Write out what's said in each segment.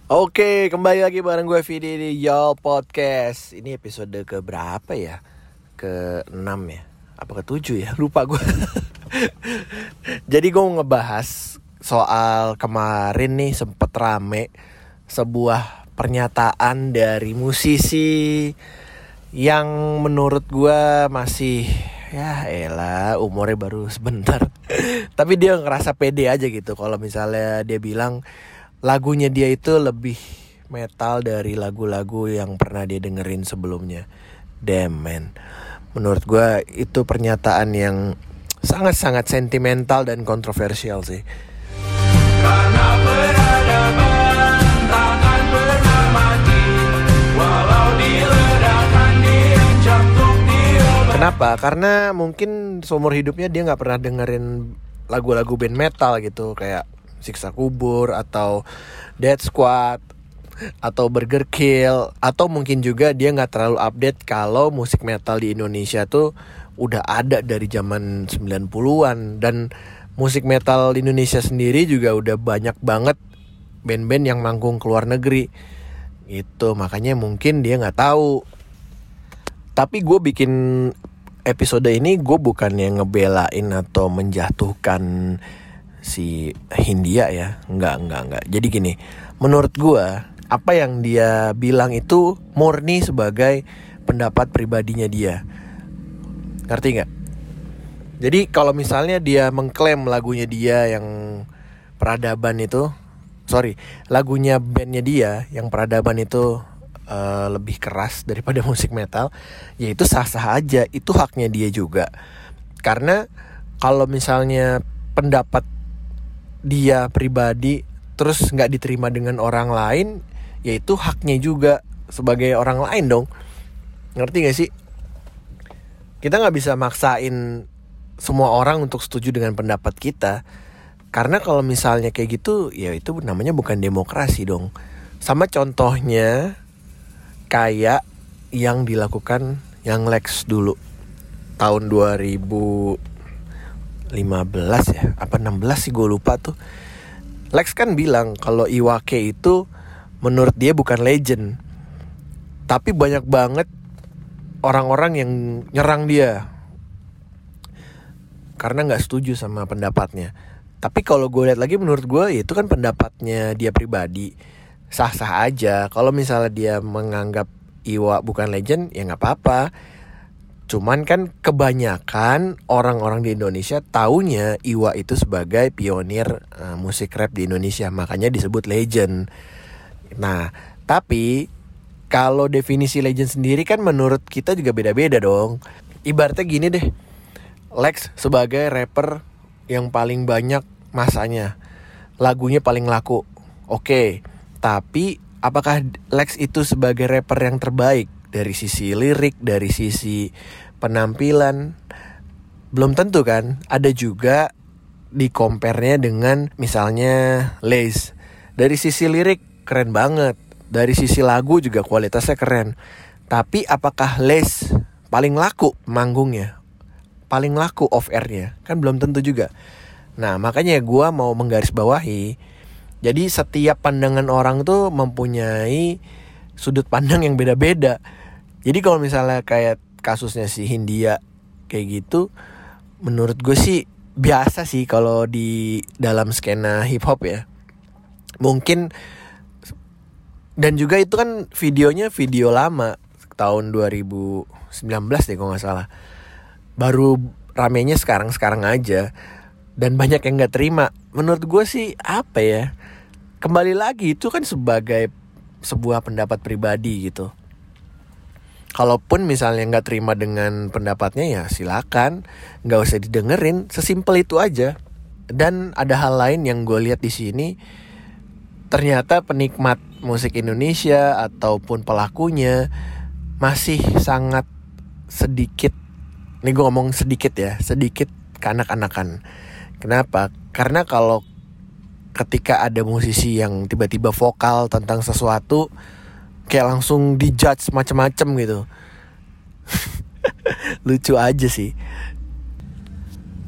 Oke, kembali lagi bareng gue Vidi di Y'all Podcast. Ini episode ke berapa ya? Ke-6 ya? Apa ke-7 ya? Lupa gue. Jadi gue mau ngebahas soal kemarin nih sempet rame sebuah pernyataan dari musisi yang menurut gue masih ya elah umurnya baru sebentar. Tapi dia ngerasa pede aja gitu kalau misalnya dia bilang lagunya dia itu lebih metal dari lagu-lagu yang pernah dia dengerin sebelumnya. Damn man. Menurut gue itu pernyataan yang sangat-sangat sentimental dan kontroversial sih. Karena peradaban takkan pernah mati, walau diledakkan diancam untuk diobati. Kenapa? Karena mungkin seumur hidupnya dia gak pernah dengerin lagu-lagu band metal gitu, kayak Siksa Kubur atau Dead Squad atau Burger Kill. Atau mungkin juga dia gak terlalu update kalau musik metal di Indonesia tuh udah ada dari zaman 90-an. Dan musik metal di Indonesia sendiri juga udah banyak banget band-band yang manggung ke luar negeri gitu. Makanya mungkin dia gak tahu. Tapi gue bikin episode ini gue bukannya ngebelain atau menjatuhkan si Hindia ya, enggak. Jadi gini, menurut gue apa yang dia bilang itu murni sebagai pendapat pribadinya dia. Ngerti nggak? Jadi kalau misalnya dia mengklaim lagunya dia yang peradaban itu, lagunya bandnya dia yang peradaban itu lebih keras daripada musik metal, ya itu sah-sah aja, itu haknya dia juga. Karena kalau misalnya pendapat dia pribadi terus nggak diterima dengan orang lain, ya itu haknya juga sebagai orang lain dong. Ngerti gak sih? Kita nggak bisa maksain semua orang untuk setuju dengan pendapat kita. Karena kalau misalnya kayak gitu, ya itu namanya bukan demokrasi dong. Sama contohnya kayak yang dilakukan yang Lex dulu tahun 2015 ya, apa 16 sih gue lupa tuh. Lex kan bilang kalau Iwake itu menurut dia bukan legend. Tapi banyak banget orang-orang yang nyerang dia karena gak setuju sama pendapatnya. Tapi kalau gue lihat lagi, menurut gue ya itu kan pendapatnya dia pribadi, sah-sah aja. Kalau misalnya dia menganggap Iwa bukan legend, ya gak apa-apa. Cuman kan kebanyakan orang-orang di Indonesia taunya Iwa itu sebagai pionir musik rap di Indonesia, makanya disebut legend. Nah, tapi kalau definisi legend sendiri kan menurut kita juga beda-beda dong. Ibaratnya gini deh, Lex sebagai rapper yang paling banyak masanya, lagunya paling laku, oke. Tapi apakah Lex itu sebagai rapper yang terbaik? Dari sisi lirik, dari sisi penampilan, belum tentu kan. Ada juga di compare-nya dengan misalnya Lace. Dari sisi lirik keren banget, dari sisi lagu juga kualitasnya keren. Tapi apakah Lace paling laku manggungnya, paling laku off air-nya? Kan belum tentu juga. Nah makanya gue mau menggarisbawahi, jadi setiap pandangan orang tuh mempunyai sudut pandang yang beda-beda. Jadi kalau misalnya kayak kasusnya si Hindia kayak gitu, menurut gue sih biasa sih kalau di dalam skena hip hop ya. Mungkin, dan juga itu kan videonya video lama, tahun 2019 deh kalau gak salah. Baru ramenya sekarang aja. Dan banyak yang gak terima. Menurut gue sih apa ya, kembali lagi itu kan sebagai sebuah pendapat pribadi gitu. Kalaupun misalnya gak terima dengan pendapatnya, ya silakan, gak usah didengerin, sesimpel itu aja. Dan ada hal lain yang gue lihat di sini, ternyata penikmat musik Indonesia ataupun pelakunya masih sangat sedikit. Ini gue ngomong sedikit ya, sedikit kanak-kanakan. Kenapa? Karena kalau ketika ada musisi yang tiba-tiba vokal tentang sesuatu, kayak langsung dijudge macam-macam gitu. Lucu aja sih.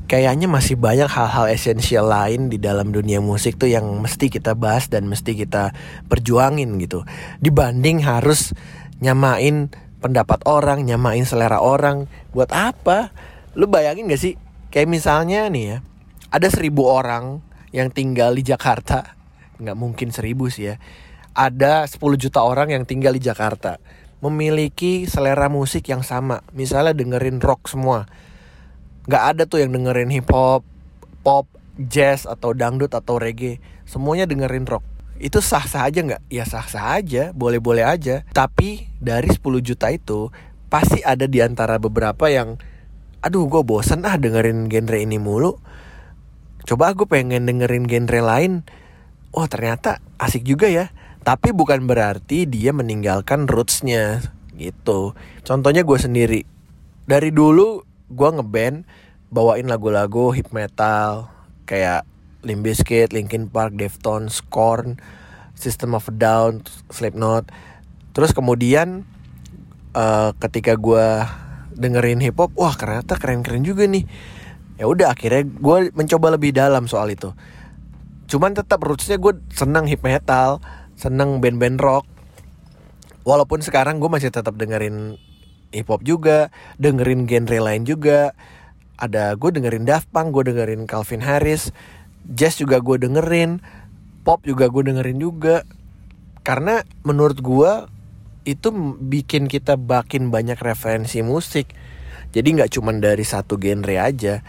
kayaknya masih banyak hal-hal esensial lain di dalam dunia musik tuh yang mesti kita bahas dan mesti kita perjuangin gitu. Dibanding harus nyamain pendapat orang, nyamain selera orang. Buat apa? Lu bayangin gak sih? Kayak misalnya nih ya, ada 1.000 orang yang tinggal di Jakarta. Nggak mungkin 1.000 sih ya. Ada 10 juta orang yang tinggal di Jakarta, memiliki selera musik yang sama. Misalnya dengerin rock semua. Gak ada tuh yang dengerin hip hop, pop, jazz, atau dangdut, atau reggae. Semuanya dengerin rock. Itu sah-sah aja gak? Ya sah-sah aja, boleh-boleh aja. Tapi dari 10 juta itu pasti ada di antara beberapa yang, aduh gue bosen dengerin genre ini mulu. Coba gue pengen dengerin genre lain. Wah ternyata asik juga ya. Tapi bukan berarti dia meninggalkan rootsnya gitu. Contohnya gue sendiri. Dari dulu gue ngeband, bawain lagu-lagu hip metal kayak Limp Bizkit, Linkin Park, Deftones, Korn, System of a Down, Slipknot. Terus kemudian ketika gue dengerin hip hop, wah ternyata keren-keren juga nih. Ya udah akhirnya gue mencoba lebih dalam soal itu. Cuman tetap rootsnya gue senang hip metal, senang band-band rock. Walaupun sekarang gue masih tetap dengerin hip hop juga, dengerin genre lain juga. Ada gue dengerin Daft Punk, gue dengerin Calvin Harris, jazz juga gue dengerin, pop juga gue dengerin juga. Karena menurut gue itu bikin kita makin banyak referensi musik. Jadi nggak cuma dari satu genre aja.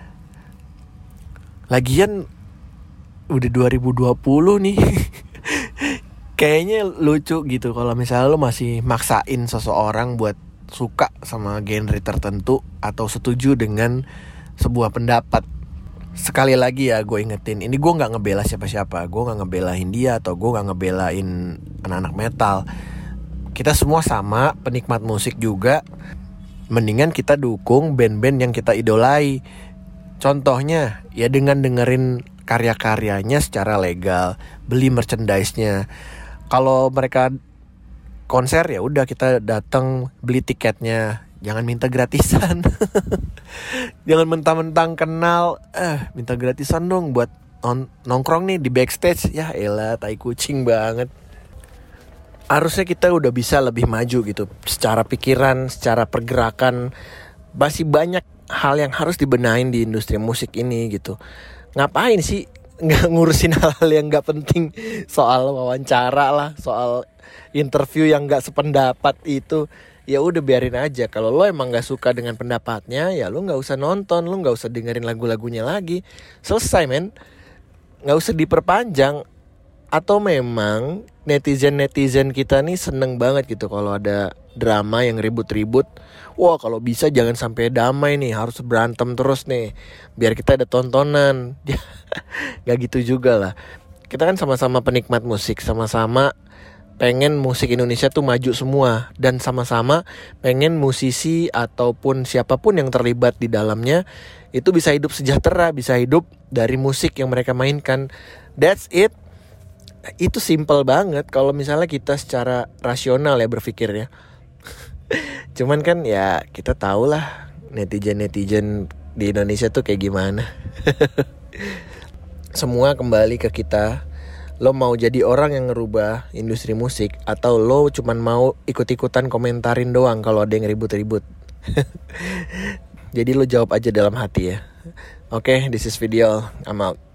Lagian udah 2020 nih. Kayaknya lucu gitu kalau misalnya lo masih maksain seseorang buat suka sama genre tertentu atau setuju dengan sebuah pendapat. Sekali lagi ya gue ingetin, ini gue gak ngebela siapa-siapa. Gue gak ngebelain dia atau gue gak ngebelain anak-anak metal. Kita semua sama, penikmat musik juga. Mendingan kita dukung band-band yang kita idolai. Contohnya ya dengan dengerin karya-karyanya secara legal, beli merchandise-nya. Kalau mereka konser ya udah kita datang beli tiketnya, jangan minta gratisan. Jangan mentang-mentang kenal minta gratisan dong buat nongkrong nih di backstage. Ya elah, tai kucing banget. Harusnya kita udah bisa lebih maju gitu secara pikiran, secara pergerakan. Masih banyak hal yang harus dibenahin di industri musik ini gitu. Ngapain sih nggak ngurusin hal-hal yang nggak penting, soal wawancara lah, soal interview yang nggak sependapat itu. Ya udah biarin aja. Kalau lo emang nggak suka dengan pendapatnya, ya lo nggak usah nonton, lo nggak usah dengerin lagu-lagunya lagi. Selesai men, nggak usah diperpanjang. Atau memang netizen kita nih seneng banget gitu kalau ada drama yang ribut-ribut. Wah kalau bisa jangan sampai damai nih, harus berantem terus nih biar kita ada tontonan. Gak gitu juga lah. Kita kan sama-sama penikmat musik, sama-sama pengen musik Indonesia tuh maju semua, dan sama-sama pengen musisi ataupun siapapun yang terlibat di dalamnya itu bisa hidup sejahtera, bisa hidup dari musik yang mereka mainkan. That's it. Itu simple banget kalau misalnya kita secara rasional ya berpikirnya. Cuman kan ya kita tahu lah netizen di Indonesia tuh kayak gimana. Semua kembali ke kita. Lo mau jadi orang yang ngerubah industri musik, atau lo cuman mau ikut-ikutan komentarin doang kalau ada yang ribut-ribut. Jadi lo jawab aja dalam hati ya. Oke, this is video. I'm out.